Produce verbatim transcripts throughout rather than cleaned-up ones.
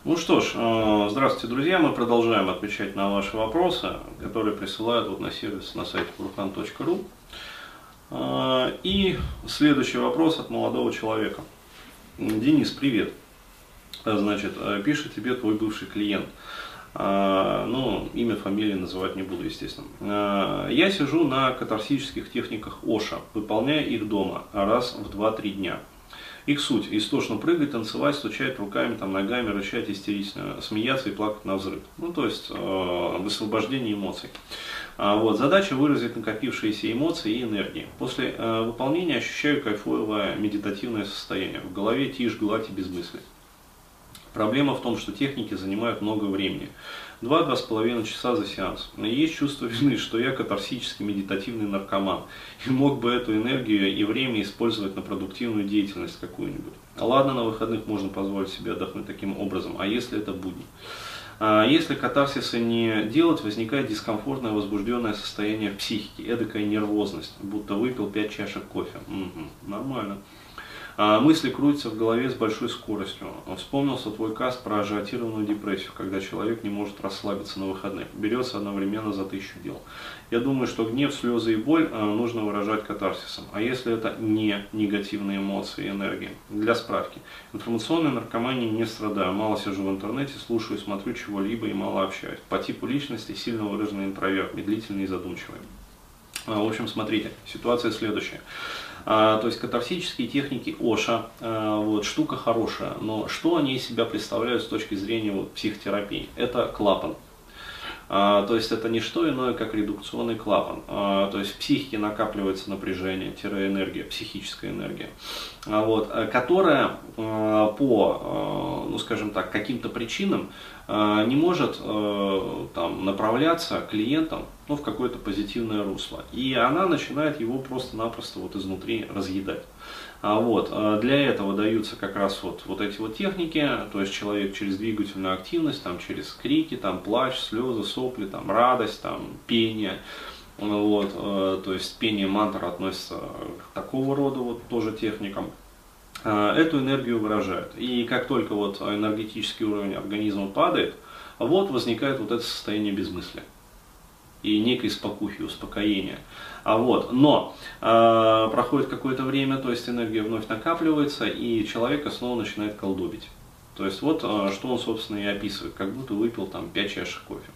Ну что ж, э, здравствуйте, друзья. Мы продолжаем отвечать на ваши вопросы, которые присылают вот на сервис на сайте бурхан точка ру. Э, И следующий вопрос от молодого человека. Денис, привет. Э, Значит, э, пишет тебе твой бывший клиент. Э, Ну, имя, фамилию называть не буду, естественно. Э, Я сижу на катарсических техниках Оша, выполняя их дома раз в два-три дня. Их суть – истошно прыгать, танцевать, стучать руками, там, ногами, рычать истерично, смеяться и плакать на взрыв. Ну, то есть, э, высвобождение эмоций. А, вот, задача – выразить накопившиеся эмоции и энергии. После э, выполнения ощущаю кайфовое медитативное состояние. В голове тишь, гладь и без мыслей. Проблема в том, что техники занимают много времени. два-два с половиной часа за сеанс. Но есть чувство вины, что я катарсический медитативный наркоман. И мог бы эту энергию и время использовать на продуктивную деятельность какую-нибудь. Ладно, на выходных можно позволить себе отдохнуть таким образом. А если это будни? А если катарсиса не делать, возникает дискомфортное возбужденное состояние в психике. Эдакая нервозность, будто выпил пять чашек кофе. Угу, нормально. А мысли крутятся в голове с большой скоростью. Вспомнился твой каст про ажиотированную депрессию, когда человек не может расслабиться на выходных, берется одновременно за тысячу дел. Я думаю, что гнев, слезы и боль нужно выражать катарсисом. А если это не негативные эмоции и энергии? Для справки. Информационной наркоманией не страдаю, мало сижу в интернете, слушаю, смотрю чего-либо и мало общаюсь. По типу личности сильно выраженный интроверт, медлительный и задумчивый. В общем, смотрите, ситуация следующая. А, то есть катарсические техники Оша, а, вот, штука хорошая, но что они из себя представляют с точки зрения вот, психотерапии? Это клапан. А, то есть это не что иное, как редукционный клапан. А, то есть в психике накапливается напряжение, энергия, психическая энергия, а, вот, которая а, по, а, ну скажем так, каким-то причинам а, не может а, там, направляться клиентам, ну, в какое-то позитивное русло. И она начинает его просто-напросто вот изнутри разъедать. А вот, для этого даются как раз вот, вот эти вот техники, то есть человек через двигательную активность, там, через крики, там, плач, слезы, сопли, там, радость, там, пение. Вот, то есть пение мантр относится к такого рода вот, тоже техникам. Эту энергию выражают. И как только вот энергетический уровень организма падает, вот возникает вот это состояние безмыслия и некой спокухи, успокоения. А вот, но э, проходит какое-то время, то есть энергия вновь накапливается, и человека снова начинает колдобить. То есть вот, э, что он, собственно, и описывает, как будто выпил там пять чашек кофе.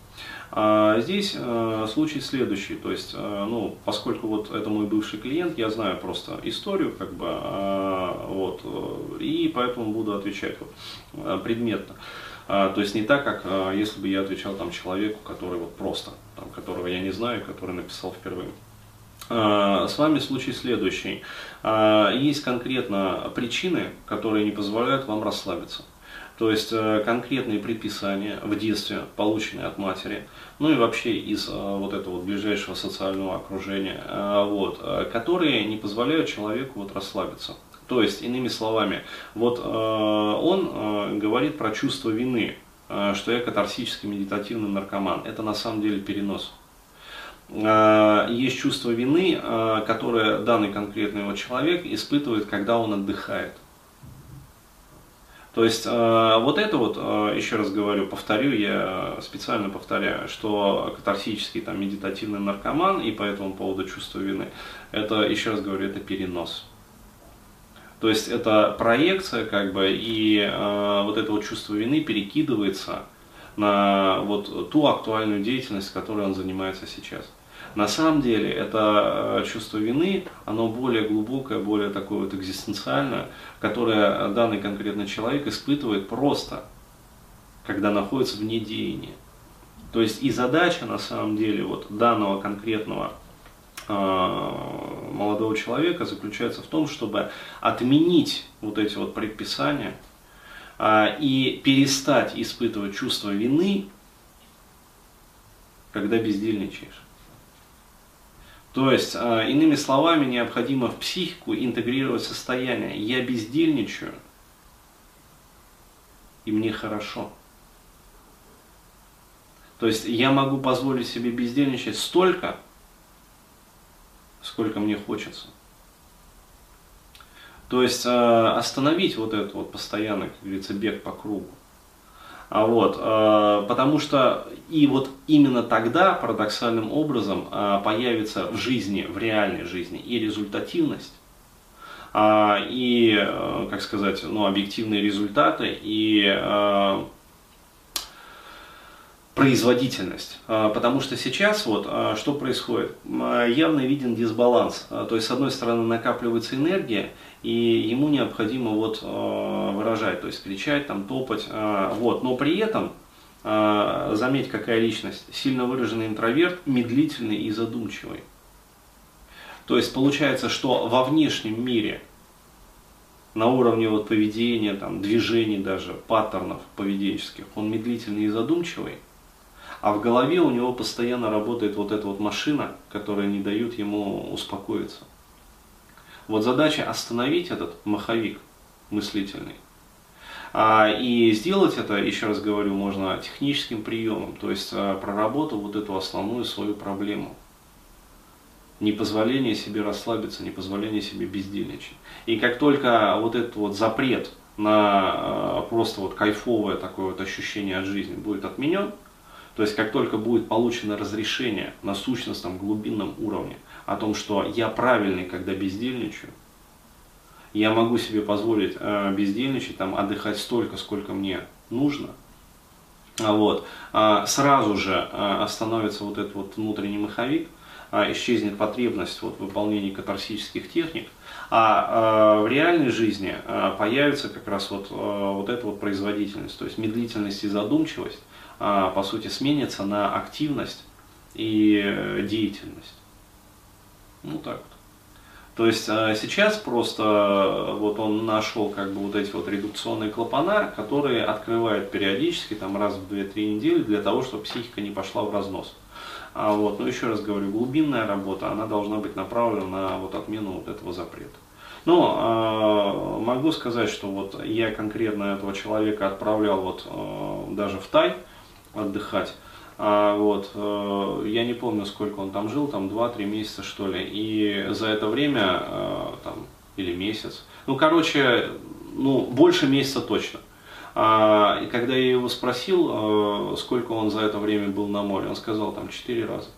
А здесь э, случай следующий, то есть, э, ну, поскольку вот это мой бывший клиент, я знаю просто историю, как бы, э, вот, э, и поэтому буду отвечать вот, э, предметно. То есть не так, как если бы я отвечал там человеку, который вот просто, там, которого я не знаю, который написал впервые. С вами случай следующий. Есть конкретно причины, которые не позволяют вам расслабиться. То есть конкретные предписания в детстве, полученные от матери, ну и вообще из вот этого вот ближайшего социального окружения, вот, которые не позволяют человеку вот расслабиться. То есть, иными словами, вот э, он э, говорит про чувство вины, э, что я катарсический медитативный наркоман. Это на самом деле перенос. Э, есть чувство вины, э, которое данный конкретный вот человек испытывает, когда он отдыхает. То есть, э, вот это вот, э, еще раз говорю, повторю, я специально повторяю, что катарсический там, медитативный наркоман и по этому поводу чувство вины, это, еще раз говорю, это перенос. То есть это проекция, как бы, и э, вот это вот чувство вины перекидывается на вот ту актуальную деятельность, которой он занимается сейчас. На самом деле это чувство вины, оно более глубокое, более такое вот экзистенциальное, которое данный конкретный человек испытывает просто, когда находится вне деяния. То есть и задача на самом деле вот данного конкретного молодого человека заключается в том, чтобы отменить вот эти вот предписания а, и перестать испытывать чувство вины, когда бездельничаешь. То есть, а, иными словами, необходимо в психику интегрировать состояние «я бездельничаю, и мне хорошо». То есть я могу позволить себе бездельничать столько, сколько мне хочется. То есть остановить вот этот вот постоянный, как говорится, бег по кругу. А вот, э, потому что и вот именно тогда парадоксальным образом э, появится в жизни, в реальной жизни и результативность, э, и, э, как сказать, ну, объективные результаты, и э, производительность. Потому что сейчас вот что происходит? Явно виден дисбаланс. То есть с одной стороны накапливается энергия, и ему необходимо вот выражать, то есть кричать, там, топать. Вот. Но при этом, заметь, какая личность, сильно выраженный интроверт, медлительный и задумчивый. То есть получается, что во внешнем мире, на уровне вот поведения, там, движений даже, паттернов поведенческих, он медлительный и задумчивый, а в голове у него постоянно работает вот эта вот машина, которая не дает ему успокоиться. Вот задача остановить этот маховик мыслительный. А, и сделать это, еще раз говорю, можно техническим приемом, то есть проработав вот эту основную свою проблему. Непозволение себе расслабиться, непозволение себе бездельничать. И как только вот этот вот запрет на просто вот кайфовое такое вот ощущение от жизни будет отменен, то есть как только будет получено разрешение на сущностном глубинном уровне о том, что я правильный, когда бездельничаю, я могу себе позволить э, бездельничать, там, отдыхать столько, сколько мне нужно, вот, э, сразу же э, остановится вот этот вот внутренний маховик, э, исчезнет потребность вот, в выполнении катарсических техник, а э, в реальной жизни э, появится как раз вот, э, вот эта вот производительность, то есть медлительность и задумчивость, по сути, сменится на активность и деятельность. Ну так вот. То есть сейчас просто вот он нашел как бы вот эти вот редукционные клапана, которые открывает периодически, там раз в две-три недели, для того, чтобы психика не пошла в разнос. А вот, но еще раз говорю, глубинная работа, она должна быть направлена на вот отмену вот этого запрета. Но э, могу сказать, что вот я конкретно этого человека отправлял вот э, даже в Тай отдыхать. А, вот, э, я не помню, сколько он там жил, там два-три месяца что ли. И за это время, э, там, или месяц, ну короче, ну больше месяца точно. А, и когда я его спросил, э, сколько он за это время был на море, он сказал там четыре раза.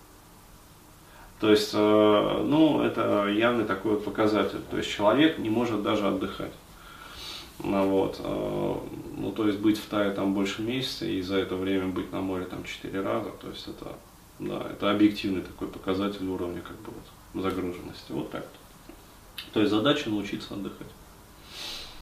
То есть, э, ну это явный такой вот показатель. То есть человек не может даже отдыхать. Вот, ну, то есть быть в Тае там больше месяца и за это время быть на море там четыре раза, то есть это, да, это объективный такой показатель уровня как бы вот загруженности, вот так. То есть задача научиться отдыхать.